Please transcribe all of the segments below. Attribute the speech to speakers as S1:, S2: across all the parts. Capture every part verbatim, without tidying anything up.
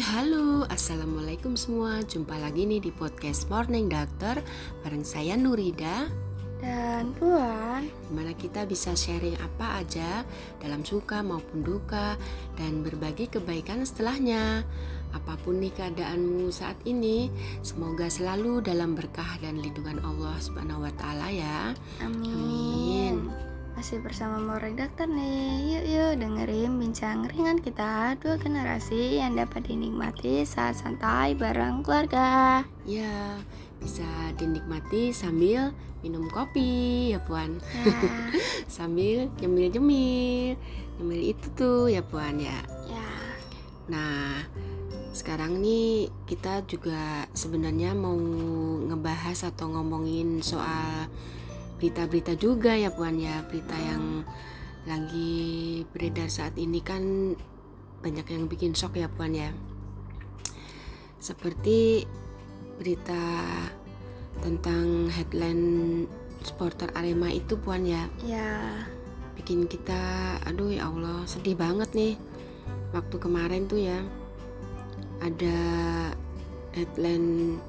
S1: Halo, assalamualaikum semua. Jumpa lagi nih di podcast Morning Doctor bareng saya Nurida
S2: dan Puan,
S1: dimana kita bisa sharing apa aja dalam suka maupun duka dan berbagi kebaikan setelahnya. Apapun nih keadaanmu saat ini, semoga selalu dalam berkah dan lindungan Allah Subhanahu wa taala ya.
S2: amin.
S1: Amin.
S2: Masih bersama Morning Doctor nih. Yuk yuk dengerin bincang ringan kita, dua generasi yang dapat dinikmati saat santai bareng keluarga.
S1: Ya, bisa dinikmati sambil minum kopi ya Puan.
S2: Ya.
S1: Sambil nyemil-nyemil. Nyemil itu tuh ya Puan ya.
S2: Ya.
S1: Nah, sekarang nih kita juga sebenarnya mau ngebahas atau ngomongin soal berita-berita juga ya Puan ya. Berita yang lagi beredar saat ini kan banyak yang bikin shock ya Puan ya. Seperti berita tentang headline supporter Arema itu Puan ya.
S2: Ya.
S1: Bikin kita aduh ya Allah sedih banget nih. Waktu kemarin tuh ya ada headline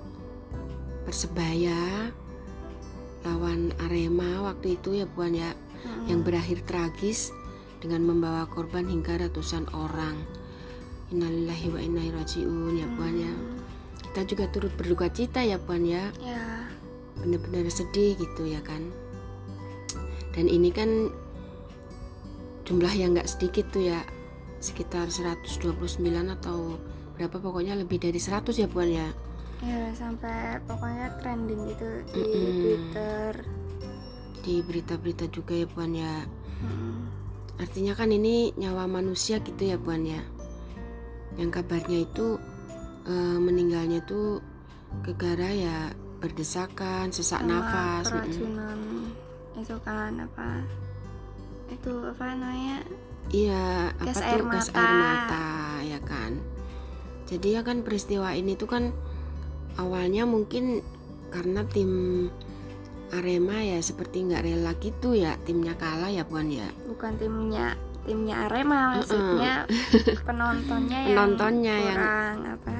S1: Persebaya lawan Arema waktu itu ya Puan ya, hmm. yang berakhir tragis dengan membawa korban hingga ratusan orang. Innalillahi wa inna ilaihi rajiun ya Puan hmm. ya. Kita juga turut berduka cita ya Puan ya.
S2: Ya.
S1: Benar-benar sedih gitu ya kan. Dan ini kan jumlah yang nggak sedikit tuh ya, sekitar seratus dua puluh sembilan atau berapa, pokoknya lebih dari seratus ya Puan ya.
S2: Ya, sampai pokoknya trending gitu di
S1: Mm-mm.
S2: Twitter,
S1: di berita-berita juga ya Puan ya.
S2: Mm.
S1: Artinya kan ini nyawa manusia gitu ya Puan ya. Yang kabarnya itu e, meninggalnya tuh gegara ya berdesakan, sesak
S2: sama
S1: nafas,
S2: keracunan mm. itu kan apa? Itu apa namanya?
S1: Iya, apa
S2: gas
S1: tuh
S2: air
S1: gas
S2: mata.
S1: air mata ya kan. Jadi ya kan peristiwa ini tuh kan awalnya mungkin karena tim Arema ya seperti nggak rela gitu ya timnya kalah ya Puan ya.
S2: Bukan timnya timnya Arema, maksudnya uh-uh. penontonnya yang
S1: penontonnya
S2: kurang
S1: yang
S2: apa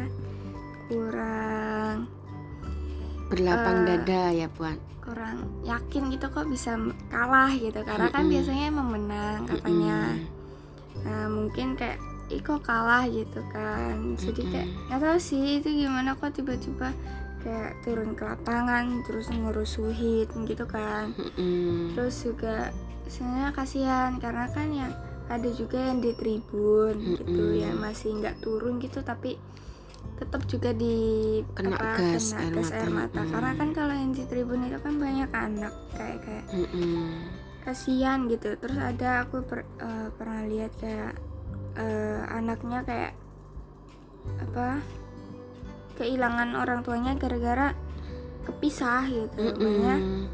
S2: kurang
S1: berlapang
S2: uh,
S1: dada ya Puan,
S2: kurang yakin gitu kok bisa kalah gitu karena kan
S1: uh-uh.
S2: biasanya emang menang katanya.
S1: uh-uh.
S2: Nah, mungkin kayak ih kok kalah gitu kan, jadi
S1: uh-uh.
S2: kayak nggak tahu sih itu gimana kok tiba-tiba kayak turun ke lapangan terus ngerusuhin gitu kan.
S1: uh-uh.
S2: Terus juga sebenarnya kasihan karena kan yang ada juga yang di tribun uh-uh. gitu yang masih nggak turun gitu tapi tetap juga di
S1: kena
S2: apa,
S1: gas,
S2: kena
S1: air,
S2: gas
S1: mata.
S2: air mata uh-uh. karena kan kalau yang di tribun itu kan banyak anak kayak kayak
S1: uh-uh.
S2: kasihan gitu. Terus ada aku per, uh, pernah lihat kayak uh, anaknya kayak apa kehilangan orang tuanya gara-gara kepisah gitu. Makanya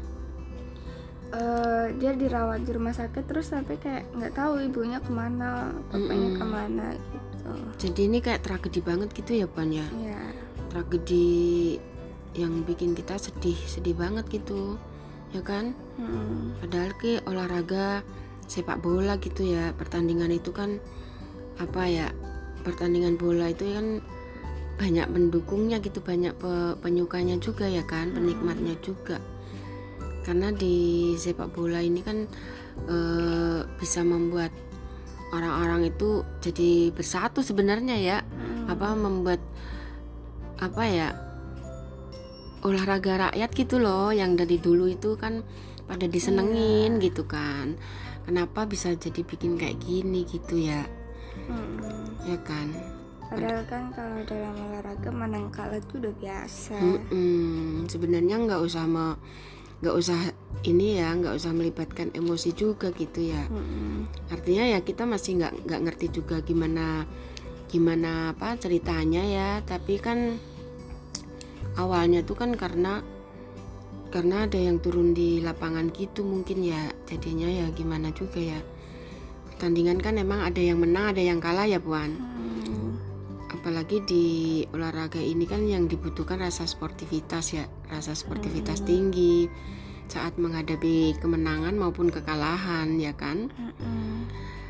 S2: uh, dia dirawat di rumah sakit terus sampai kayak nggak tahu ibunya kemana, bapaknya
S1: Mm-mm.
S2: kemana gitu.
S1: Jadi ini kayak tragedi banget gitu ya Puan ya.
S2: Ya.
S1: Tragedi yang bikin kita sedih, sedih banget gitu ya kan.
S2: Hmm.
S1: Padahal ke olahraga sepak bola gitu ya, pertandingan itu kan apa ya, pertandingan bola itu kan banyak pendukungnya gitu, banyak pe- penyukanya juga ya kan, penikmatnya juga. Karena di sepak bola ini kan e, bisa membuat orang-orang itu jadi bersatu sebenarnya ya.
S2: Hmm.
S1: Apa membuat apa ya, olahraga rakyat gitu loh, yang dari dulu itu kan pada disenengin yeah. gitu kan. Kenapa bisa jadi bikin kayak gini gitu ya.
S2: Hmm.
S1: Ya kan.
S2: Padahal kan kalau dalam olahraga menang kalah itu udah biasa.
S1: Mm-mm. Sebenarnya nggak usah me, nggak usah ini ya, nggak usah melibatkan emosi juga gitu ya. Mm-mm. Artinya ya kita masih nggak nggak ngerti juga gimana gimana apa ceritanya ya. Tapi kan awalnya tuh kan karena karena ada yang turun di lapangan gitu mungkin ya. Jadinya ya gimana juga ya. Pertandingan kan emang ada yang menang, ada yang kalah ya Puan. Hmm. Apalagi di olahraga ini kan yang dibutuhkan rasa sportivitas ya, rasa sportivitas hmm. tinggi saat menghadapi kemenangan maupun kekalahan ya kan. Hmm.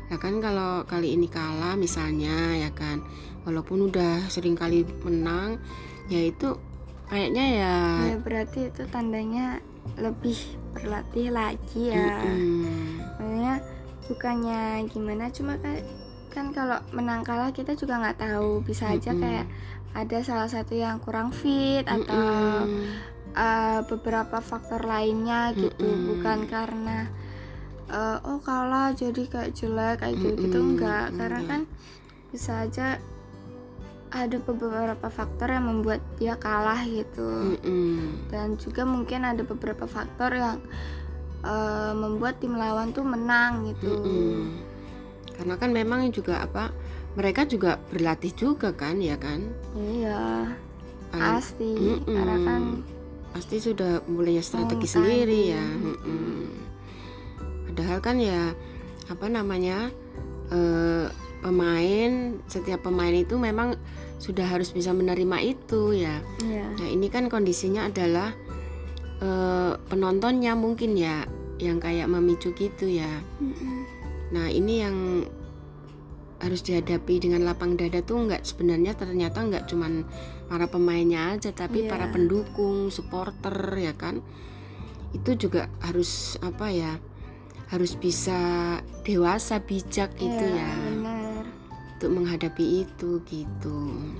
S1: Nah kan kalau kali ini kalah misalnya ya kan, walaupun udah sering kali menang, ya itu kayaknya ya,
S2: ya berarti itu tandanya lebih berlatih lagi ya.
S1: mm-mm.
S2: Makanya bukannya gimana, cuma kan, kan kalau menang kalah kita juga nggak tahu, bisa aja
S1: Mm-mm.
S2: kayak ada salah satu yang kurang fit atau
S1: Mm-mm.
S2: uh, beberapa faktor lainnya gitu.
S1: Mm-mm.
S2: Bukan karena uh, oh kalah jadi kayak jelek kayak gitu gitu,
S1: Mm-mm.
S2: enggak. Karena
S1: Enggak.
S2: kan bisa aja ada beberapa faktor yang membuat dia kalah gitu.
S1: Mm-mm.
S2: Dan juga mungkin ada beberapa faktor yang uh, membuat tim lawan tuh menang gitu.
S1: Mm-mm. Karena kan memang juga apa, mereka juga berlatih juga kan ya kan.
S2: Iya,
S1: Paling-
S2: pasti.
S1: Mm-mm.
S2: Karena kan
S1: pasti sudah mulai strategi
S2: Oh,
S1: sendiri
S2: tadi.
S1: ya. Mm-mm. Padahal kan ya apa namanya, eh, pemain, setiap pemain itu memang sudah harus bisa menerima itu ya.
S2: iya.
S1: Nah ini kan kondisinya adalah eh, penontonnya mungkin ya yang kayak memicu gitu ya.
S2: Mm-mm.
S1: Nah ini yang harus dihadapi dengan lapang dada tuh nggak, sebenarnya ternyata nggak cuman para pemainnya aja, tapi
S2: Iya.
S1: para pendukung, supporter ya kan, itu juga harus apa ya, harus bisa dewasa, bijak gitu
S2: Iya,
S1: ya
S2: benar.
S1: untuk menghadapi itu gitu,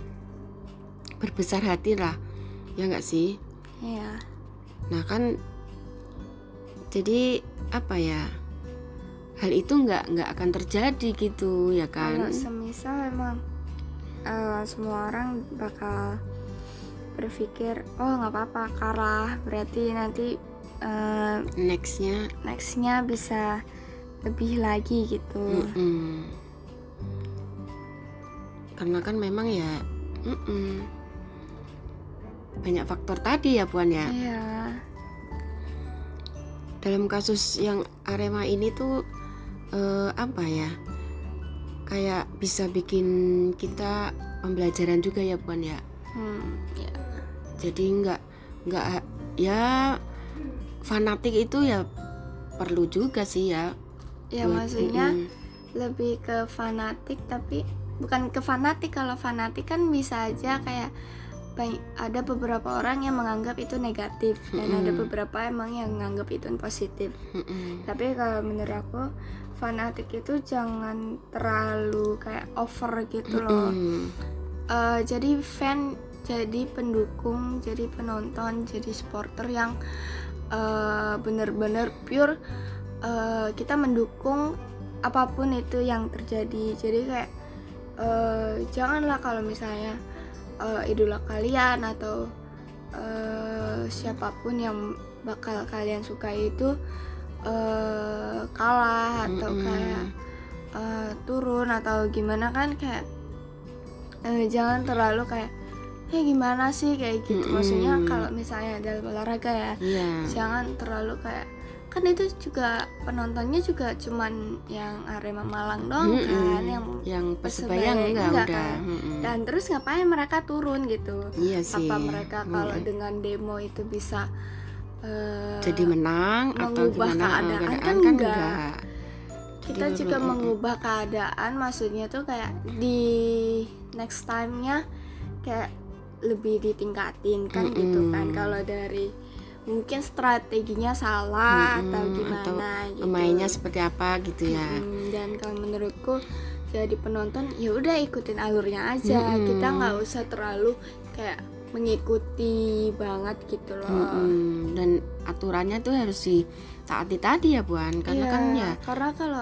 S1: berbesar hati lah ya nggak sih.
S2: Iya.
S1: Nah kan jadi apa ya, hal itu nggak nggak akan terjadi gitu ya
S2: Kalau
S1: kan.
S2: semisal emang uh, semua orang bakal berpikir oh nggak apa-apa kalah, berarti nanti uh,
S1: Nextnya
S2: nextnya bisa lebih lagi gitu.
S1: mm-mm. Karena kan memang ya mm-mm. banyak faktor tadi ya Puan ya.
S2: Iya.
S1: Dalam kasus yang Arema ini tuh eh, apa ya, kayak bisa bikin kita pembelajaran juga ya Puan ya.
S2: Hmm, ya.
S1: Jadi nggak nggak ya, fanatik itu ya perlu juga sih ya.
S2: Ya
S1: buat-
S2: maksudnya
S1: mm-mm.
S2: lebih ke fanatik, tapi bukan ke fanatik. Kalau fanatik kan bisa aja kayak banyak, ada beberapa orang yang menganggap itu negatif dan
S1: Mm-mm.
S2: ada beberapa emang yang menganggap itu positif.
S1: Mm-mm.
S2: Tapi kalau menurut aku fanatik itu jangan terlalu kayak over gitu loh.
S1: Mm-mm.
S2: Eh, jadi fan, jadi pendukung, jadi penonton, jadi supporter yang eh, bener-bener pure, eh, kita mendukung apapun itu yang terjadi. Jadi kayak eh, janganlah kalau misalnya eh, idola kalian atau eh, siapapun yang bakal kalian suka itu eh, kalah atau
S1: Mm-mm.
S2: kayak eh, turun atau gimana, kan kayak eh, jangan terlalu kayak eh gimana sih kayak gitu.
S1: Mm-mm.
S2: Maksudnya kalau misalnya dalam olahraga ya,
S1: Iya.
S2: jangan terlalu kayak, kan itu juga penontonnya juga cuman yang Arema Malang doang
S1: Mm-mm.
S2: kan, yang
S1: yang
S2: Persebaya
S1: Persebaya enggak,
S2: enggak
S1: udah
S2: kan.
S1: Mm-mm.
S2: Dan terus ngapain mereka turun gitu?
S1: Iya sih.
S2: Apa mereka kalau
S1: Mm-mm.
S2: dengan demo itu bisa eh,
S1: jadi menang atau
S2: mengubah
S1: gimana?
S2: keadaan?
S1: Keadaan
S2: Kan
S1: kan
S2: enggak.
S1: enggak.
S2: kita
S1: Jadi,
S2: juga
S1: mm-mm.
S2: mengubah keadaan, maksudnya tuh kayak di next time-nya kayak lebih ditingkatin kan.
S1: Mm-mm.
S2: Gitu kan. Kalau dari mungkin strateginya salah
S1: Mm-mm.
S2: atau
S1: Atau
S2: gimana gitu.
S1: pemainnya seperti apa gitu ya.
S2: Mm, dan kalau menurutku jadi penonton ya udah ikutin alurnya aja.
S1: Mm-mm.
S2: Kita nggak usah terlalu kayak mengikuti banget gitu loh.
S1: Mm-mm. Dan aturannya tuh harus ditaati tadi ya Buan, karena
S2: Iya,
S1: kan ya
S2: karena kalau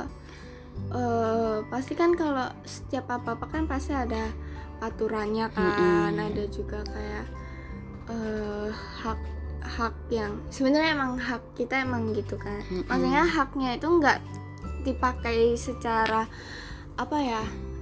S2: eh, pasti kan kalau setiap apa-apa kan pasti ada aturannya kan.
S1: Mm-mm.
S2: Ada juga kayak eh, hak hak yang sebenarnya emang hak kita emang gitu kan.
S1: Mm-mm.
S2: Maksudnya haknya itu nggak dipakai secara apa ya,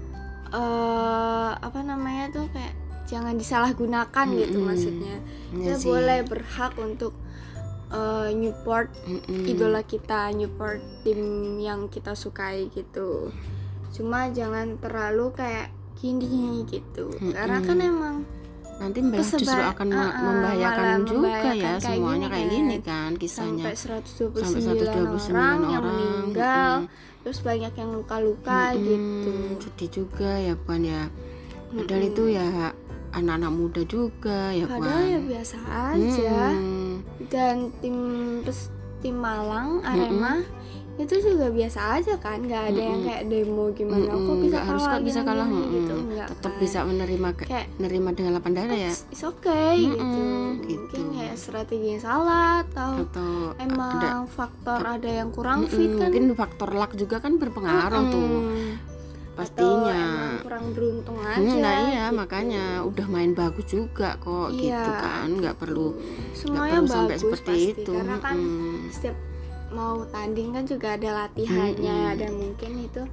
S2: eh apa namanya tuh kayak jangan disalahgunakan gitu.
S1: Mm-mm.
S2: Maksudnya
S1: Iya
S2: kita
S1: sih.
S2: boleh berhak untuk eh, nyupport
S1: Mm-mm.
S2: idola kita, nyupport tim yang kita sukai gitu. Cuma jangan terlalu kayak gini gitu.
S1: Mm-mm.
S2: Karena kan emang
S1: nanti malah
S2: Keseba-
S1: justru akan
S2: uh, uh,
S1: membahayakan
S2: malah
S1: juga
S2: membahayakan
S1: ya
S2: kayak
S1: semuanya
S2: gini
S1: kayak
S2: kan.
S1: gini kan kisahnya.
S2: Sampai seratus dua puluh
S1: Sampai
S2: sembilan
S1: seratus dua puluh sembilan
S2: orang yang
S1: orang.
S2: meninggal,
S1: Mm-mm.
S2: terus banyak yang luka-luka
S1: Mm-mm,
S2: gitu.
S1: sedih juga ya Puan ya. Padahal itu ya anak-anak muda juga ya Puan.
S2: Padahal ya biasa aja.
S1: Mm-mm.
S2: Dan tim pes- tim Malang Arema itu juga biasa aja kan, nggak ada yang kayak demo gimana kok
S1: Mm-mm,
S2: bisa
S1: nggak harus
S2: kalah
S1: kok bisa
S2: gini,
S1: kalah,
S2: gini,
S1: mm-mm.
S2: gitu enggak
S1: tetap
S2: kan.
S1: bisa menerima ke,
S2: Kayak,
S1: menerima dengan lapang dada ya.
S2: It's, it's okay gitu.
S1: Mm-mm,
S2: Mungkin
S1: gitu.
S2: kayak strategi yang salah atau
S1: Atau
S2: emang
S1: ada
S2: faktor ada yang kurang
S1: mm-mm,
S2: fit kan.
S1: mungkin faktor luck juga kan berpengaruh tuh
S2: Mm-mm.
S1: pastinya.
S2: Atau emang kurang beruntung aja.
S1: Hmm, nah iya
S2: gitu.
S1: makanya udah main bagus juga kok
S2: Iya,
S1: gitu kan, nggak perlu
S2: semuanya
S1: perlu sampai
S2: bagus
S1: seperti
S2: pasti
S1: itu.
S2: karena kan
S1: Mm-mm.
S2: setiap mau tanding kan juga ada latihannya
S1: Mm-mm.
S2: dan mungkin itu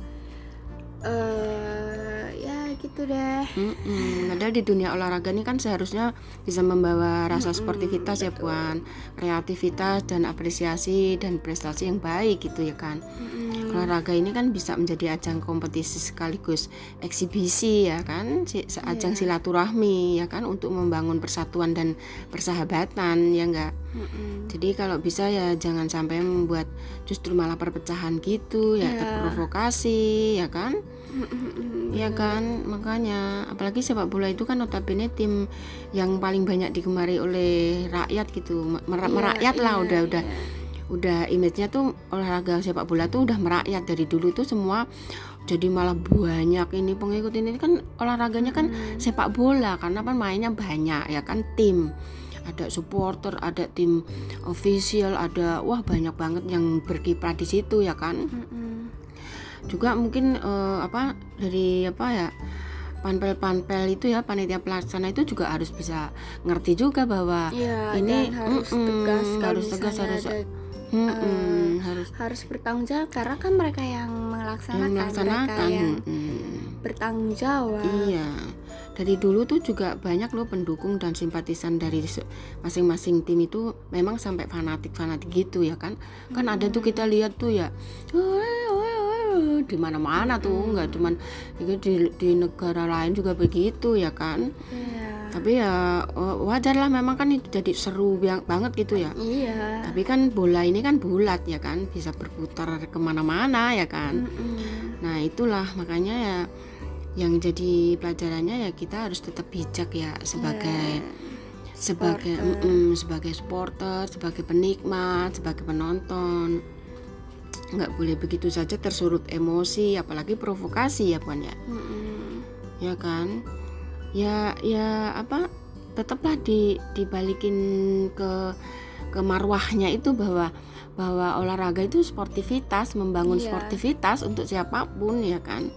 S2: eh ya gitu deh.
S1: Mm-mm. Padahal di dunia olahraga ini kan seharusnya bisa membawa rasa sportivitas ya Puan, kreativitas dan apresiasi dan prestasi yang baik gitu ya kan.
S2: Mm-mm.
S1: Olahraga ini kan bisa menjadi ajang kompetisi sekaligus eksibisi ya kan, si- ajang
S2: Iya.
S1: silaturahmi ya kan, untuk membangun persatuan dan persahabatan ya enggak.
S2: Mm-mm.
S1: Jadi kalau bisa ya jangan sampai membuat justru malah perpecahan gitu ya,
S2: Iya.
S1: terprovokasi ya kan.
S2: Mm-mm.
S1: Ya kan, makanya apalagi sepak bola itu kan notabene tim yang paling banyak digemari oleh rakyat gitu, Mer-
S2: Iya,
S1: merakyat lah
S2: iya,
S1: udah udah
S2: iya.
S1: udah image-nya tuh olahraga sepak bola tuh udah merakyat dari dulu tuh semua, jadi malah banyak ini pengikut ini kan olahraganya kan sepak bola karena kan mainnya banyak ya kan, tim ada supporter, ada tim official, ada wah banyak banget yang berkiprah di situ ya kan.
S2: Mm-mm.
S1: Juga mungkin eh, apa dari apa ya panpel-panpel itu ya, panitia pelaksana itu juga harus bisa ngerti juga bahwa
S2: Iya,
S1: ini
S2: dan harus
S1: mm-mm,
S2: tegas kalau
S1: harus tegas
S2: misalnya
S1: harus
S2: ada,
S1: mm-mm,
S2: eh,
S1: harus
S2: harus bertanggung jawab karena kan mereka yang melaksanakan,
S1: yang melaksanakan.
S2: mereka yang
S1: mm-mm.
S2: bertanggung jawab.
S1: Iya, dari dulu tuh juga banyak loh pendukung dan simpatisan dari se- masing-masing tim itu memang sampai fanatik-fanatik gitu ya kan. Kan ada tuh kita lihat tuh ya, di mana-mana tuh, nggak cuman di, di negara lain juga begitu ya kan.
S2: Iya.
S1: Tapi ya wajar lah, memang kan itu jadi seru banget gitu ya.
S2: Iya.
S1: Tapi kan bola ini kan bulat ya kan, bisa berputar kemana-mana ya kan.
S2: Mm-mm.
S1: Nah itulah makanya ya yang jadi pelajarannya ya kita harus tetap bijak ya sebagai sebagai
S2: Supporter.
S1: mm, sebagai supporter, sebagai penikmat, sebagai penonton. Nggak boleh begitu saja tersurut emosi, apalagi provokasi ya Puan ya.
S2: Mm-mm.
S1: Ya kan? Ya ya apa? Tetaplah di dibalikin ke ke marwahnya itu bahwa bahwa olahraga itu sportivitas, membangun
S2: Iya.
S1: sportivitas untuk siapapun ya kan.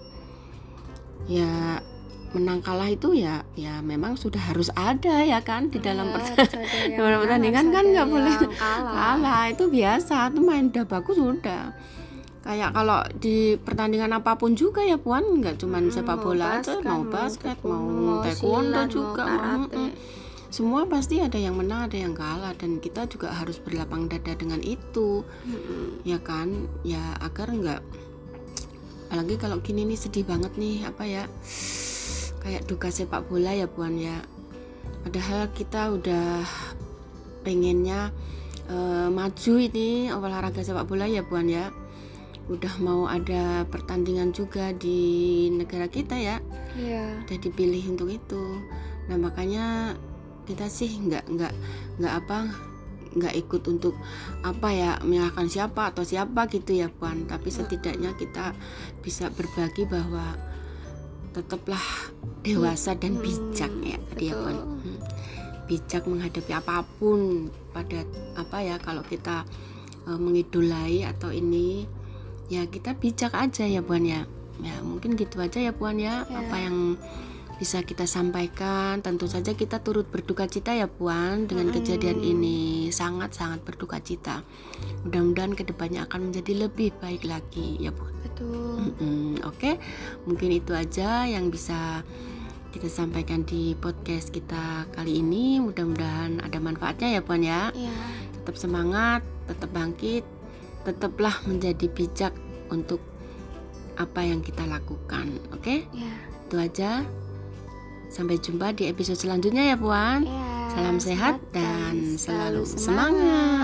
S1: Ya menang kalah itu ya ya memang sudah harus ada ya kan di dalam
S2: Iya,
S1: perta-
S2: harus ada yang
S1: dalam
S2: menang,
S1: pertandingan
S2: harus
S1: kan
S2: ada
S1: nggak boleh
S2: yang kalah.
S1: kalah, itu biasa, itu main udah bagus udah. Kayak kalau di pertandingan apapun juga ya Puan, nggak cuman
S2: Mm,
S1: sepak
S2: mau
S1: bola aja,
S2: basket,
S1: mau
S2: mau
S1: basket,
S2: taekwondo,
S1: mau
S2: mau
S1: taekwondo
S2: silat,
S1: juga,
S2: mau
S1: mau
S2: karate.
S1: mm, semua pasti ada yang menang, ada yang kalah, dan kita juga harus berlapang dada dengan itu,
S2: Mm-mm.
S1: ya kan, ya agar nggak, apalagi kalau gini nih sedih banget nih apa ya, kayak duka sepak bola ya Puan ya. Padahal kita udah pengennya eh, maju ini olahraga sepak bola ya Puan ya. Udah mau ada pertandingan juga di negara kita ya,
S2: Iya.
S1: udah dipilih untuk itu. Nah makanya kita sih nggak nggak nggak apa nggak ikut untuk apa ya menyalahkan siapa atau siapa gitu ya Puan. Tapi setidaknya kita bisa berbagi bahwa tetaplah dewasa dan bijak ya tadi ya Puan. Hmm. Bijak menghadapi apapun pada apa ya, kalau kita uh, mengidolai atau ini ya kita bijak aja ya Puan ya. Ya mungkin gitu aja ya Puan ya,
S2: Ya.
S1: apa yang bisa kita sampaikan. Tentu saja kita turut berduka cita ya Puan dengan
S2: Mm-mm.
S1: kejadian ini, sangat-sangat berduka cita. Mudah-mudahan kedepannya akan menjadi lebih baik lagi ya Puan.
S2: Betul.
S1: Mm-mm, Oke, mungkin itu aja yang bisa kita sampaikan di podcast kita kali ini. Mudah-mudahan ada manfaatnya ya Puan ya.
S2: Iya.
S1: Tetap semangat, tetap bangkit, tetaplah menjadi bijak untuk apa yang kita lakukan. Oke,
S2: Iya.
S1: itu aja. Sampai jumpa di episode selanjutnya ya Puan.
S2: Ya,
S1: Salam sehat dan selalu semangat.